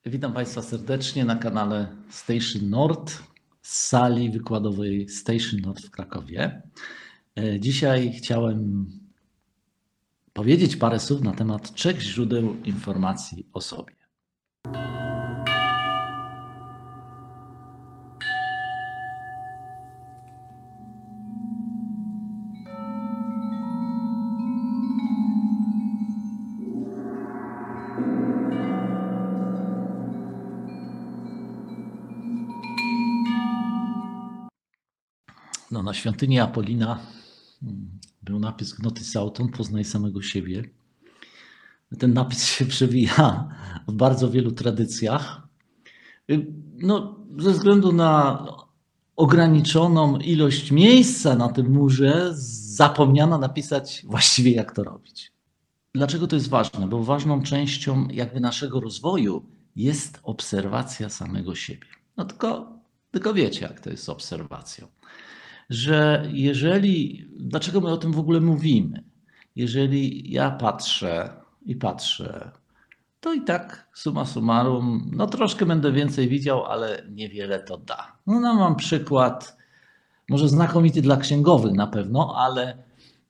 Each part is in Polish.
Witam Państwa serdecznie na kanale Station Nord z sali wykładowej Station Nord w Krakowie. Dzisiaj chciałem powiedzieć parę słów na temat 3 źródeł informacji o sobie. Na świątyni Apolina był napis Gnotis auton, poznaj samego siebie. Ten napis się przewija w bardzo wielu tradycjach. Ze względu na ograniczoną ilość miejsca na tym murze zapomniano napisać właściwie, jak to robić. Dlaczego to jest ważne? Bo ważną częścią jakby naszego rozwoju jest obserwacja samego siebie. Tylko wiecie, jak to jest z obserwacją. Że dlaczego my o tym w ogóle mówimy? Jeżeli ja patrzę, to i tak summa summarum, troszkę będę więcej widział, ale niewiele to da. Mam przykład, może znakomity dla księgowych na pewno, ale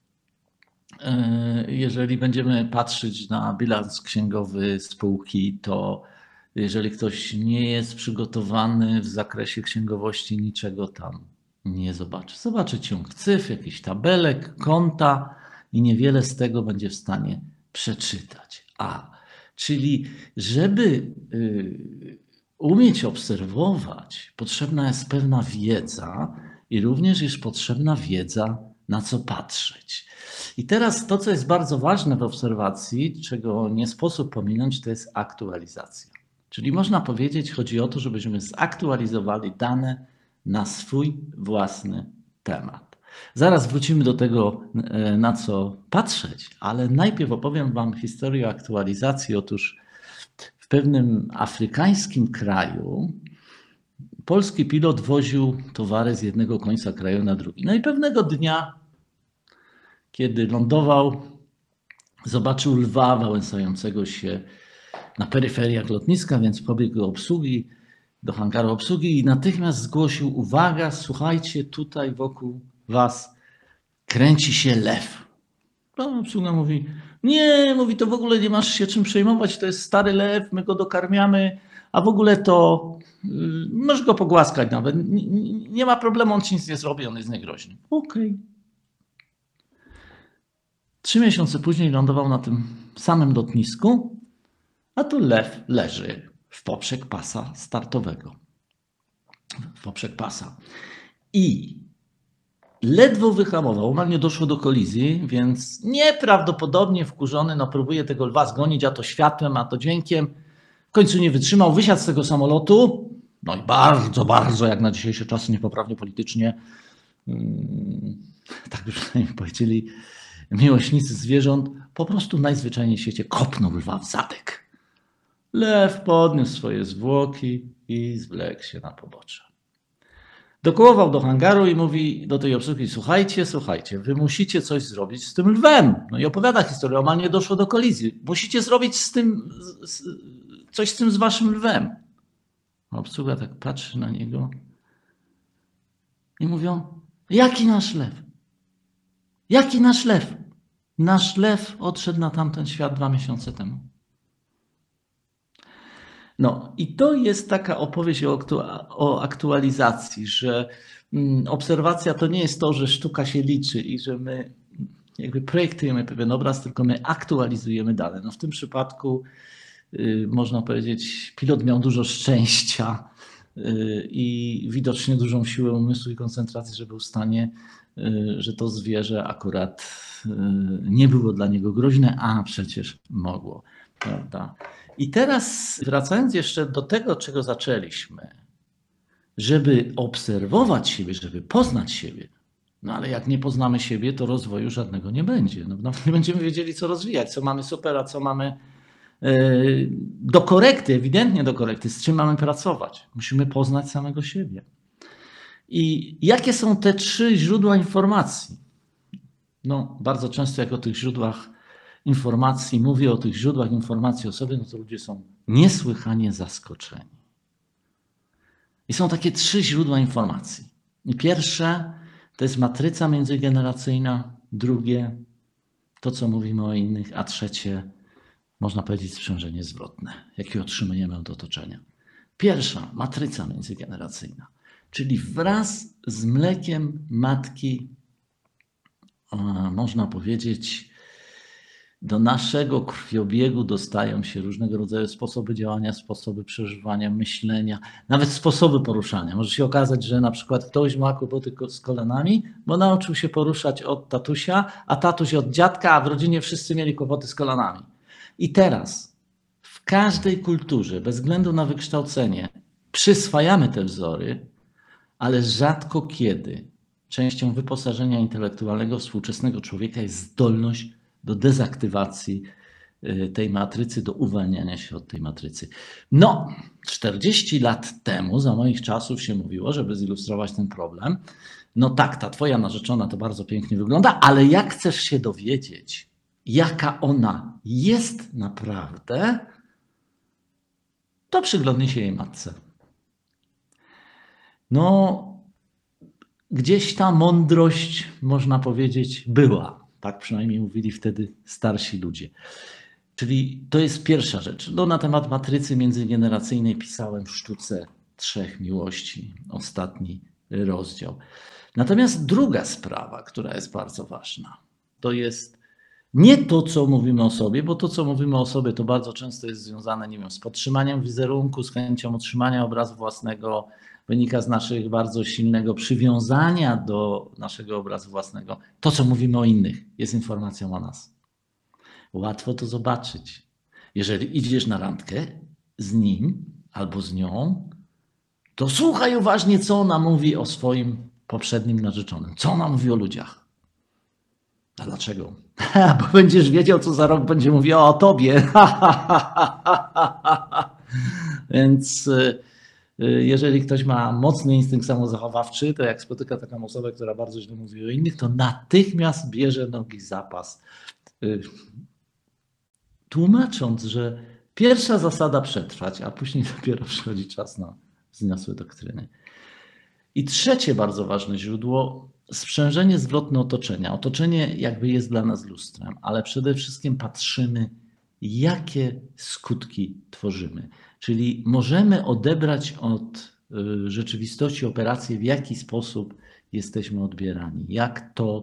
jeżeli będziemy patrzeć na bilans księgowy spółki, to jeżeli ktoś nie jest przygotowany w zakresie księgowości, niczego tam nie zobaczy. Zobaczy ciąg cyfr, jakiś tabelek, konta i niewiele z tego będzie w stanie przeczytać. Czyli żeby umieć obserwować, potrzebna jest pewna wiedza i również jest potrzebna wiedza, na co patrzeć. I teraz to, co jest bardzo ważne w obserwacji, czego nie sposób pominąć, to jest aktualizacja. Czyli można powiedzieć, chodzi o to, żebyśmy zaktualizowali dane na swój własny temat. Zaraz wrócimy do tego, na co patrzeć, ale najpierw opowiem Wam historię aktualizacji. Otóż w pewnym afrykańskim kraju polski pilot woził towary z jednego końca kraju na drugi. I pewnego dnia, kiedy lądował, zobaczył lwa wałęsającego się na peryferiach lotniska, więc pobiegł do hangaru obsługi i natychmiast zgłosił: uwaga, słuchajcie, tutaj wokół was kręci się lew. Obsługa mówi: nie, to w ogóle nie masz się czym przejmować, to jest stary lew, my go dokarmiamy, a w ogóle to możesz go pogłaskać nawet, nie ma problemu, on ci nic nie zrobi, on jest niegroźny. Okej. 3 miesiące później lądował na tym samym lotnisku, a tu lew leży w poprzek pasa startowego. W poprzek pasa. I ledwo wyhamował, nie doszło do kolizji, więc nieprawdopodobnie wkurzony, próbuje tego lwa zgonić, a to światłem, a to dźwiękiem. W końcu nie wytrzymał, wysiadł z tego samolotu, i bardzo, bardzo, jak na dzisiejsze czasy, niepoprawnie politycznie, tak już przynajmniej powiedzieli miłośnicy zwierząt, po prostu najzwyczajniej w świecie kopnął lwa w zadek. Lew podniósł swoje zwłoki i zwlekł się na pobocze. Dokołował do hangaru i mówi do tej obsługi: słuchajcie, wy musicie coś zrobić z tym lwem. I opowiada historię, omal nie doszło do kolizji. Musicie zrobić coś z tym z waszym lwem. A obsługa tak patrzy na niego i mówią: jaki nasz lew? Jaki nasz lew? Nasz lew odszedł na tamten świat 2 miesiące temu. I to jest taka opowieść o aktualizacji, że obserwacja to nie jest to, że sztuka się liczy i że my jakby projektujemy pewien obraz, tylko my aktualizujemy dane. W tym przypadku można powiedzieć, pilot miał dużo szczęścia i widocznie dużą siłę umysłu i koncentracji, że był w stanie, że to zwierzę akurat nie było dla niego groźne, a przecież mogło, prawda? I teraz wracając jeszcze do tego, czego zaczęliśmy, żeby obserwować siebie, żeby poznać siebie, ale jak nie poznamy siebie, to rozwoju żadnego nie będzie. Nie będziemy wiedzieli, co rozwijać, co mamy super, a co mamy do korekty, ewidentnie do korekty, z czym mamy pracować. Musimy poznać samego siebie. I jakie są te 3 źródła informacji? Bardzo często jak o tych źródłach informacji, mówię o tych źródłach informacji o sobie, no to ludzie są niesłychanie zaskoczeni. I są takie 3 źródła informacji. I pierwsze to jest matryca międzygeneracyjna, drugie to, co mówimy o innych, a trzecie, można powiedzieć, sprzężenie zwrotne, jakie otrzymujemy od otoczenia. Pierwsza, matryca międzygeneracyjna, czyli wraz z mlekiem matki, można powiedzieć, do naszego krwiobiegu dostają się różnego rodzaju sposoby działania, sposoby przeżywania, myślenia, nawet sposoby poruszania. Może się okazać, że na przykład ktoś ma kłopoty z kolanami, bo nauczył się poruszać od tatusia, a tatuś od dziadka, a w rodzinie wszyscy mieli kłopoty z kolanami. I teraz w każdej kulturze, bez względu na wykształcenie, przyswajamy te wzory, ale rzadko kiedy częścią wyposażenia intelektualnego współczesnego człowieka jest zdolność do dezaktywacji tej matrycy, do uwalniania się od tej matrycy. No, 40 lat temu, za moich czasów się mówiło, żeby zilustrować ten problem, no tak, ta twoja narzeczona to bardzo pięknie wygląda, ale jak chcesz się dowiedzieć, jaka ona jest naprawdę, to przyglądnij się jej matce. No, gdzieś ta mądrość, można powiedzieć, była. Tak przynajmniej mówili wtedy starsi ludzie. Czyli to jest pierwsza rzecz. No, na temat matrycy międzygeneracyjnej pisałem w Sztuce 3 miłości, ostatni rozdział. Natomiast druga sprawa, która jest bardzo ważna, to jest nie to, co mówimy o sobie, bo to, co mówimy o sobie, to bardzo często jest związane, nie wiem, z podtrzymaniem wizerunku, z chęcią utrzymania obrazu własnego, wynika z naszego bardzo silnego przywiązania do naszego obrazu własnego. To, co mówimy o innych, jest informacją o nas. Łatwo to zobaczyć. Jeżeli idziesz na randkę z nim albo z nią, to słuchaj uważnie, co ona mówi o swoim poprzednim narzeczonym. Co ona mówi o ludziach. A dlaczego? Bo będziesz wiedział, co za rok będzie mówiła o tobie. Więc jeżeli ktoś ma mocny instynkt samozachowawczy, to jak spotyka taką osobę, która bardzo źle mówi o innych, to natychmiast bierze nogi za pas. Tłumacząc, że pierwsza zasada przetrwać, a później dopiero przychodzi czas na wzniosłe doktryny. I trzecie bardzo ważne źródło, sprzężenie zwrotne otoczenia. Otoczenie jakby jest dla nas lustrem, ale przede wszystkim patrzymy, jakie skutki tworzymy. Czyli możemy odebrać od rzeczywistości operację, w jaki sposób jesteśmy odbierani, jak to,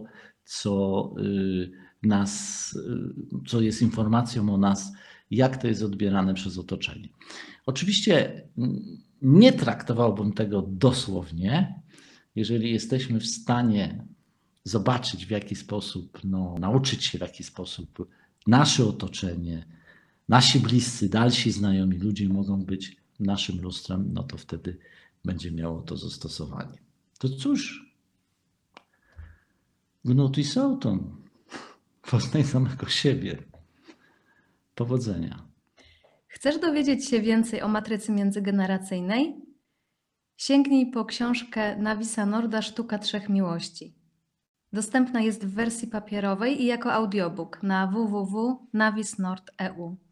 co jest informacją o nas, jak to jest odbierane przez otoczenie. Oczywiście nie traktowałbym tego dosłownie. Jeżeli jesteśmy w stanie zobaczyć, w jaki sposób, nauczyć się, w jaki sposób nasze otoczenie, nasi bliscy, dalsi znajomi ludzie mogą być naszym lustrem, no to wtedy będzie miało to zastosowanie. To cóż, gnut i sołton, poznaj samego siebie. Powodzenia. Chcesz dowiedzieć się więcej o matrycy międzygeneracyjnej? Sięgnij po książkę Navisa Norda Sztuka 3 miłości. Dostępna jest w wersji papierowej i jako audiobook na www.navisnord.eu.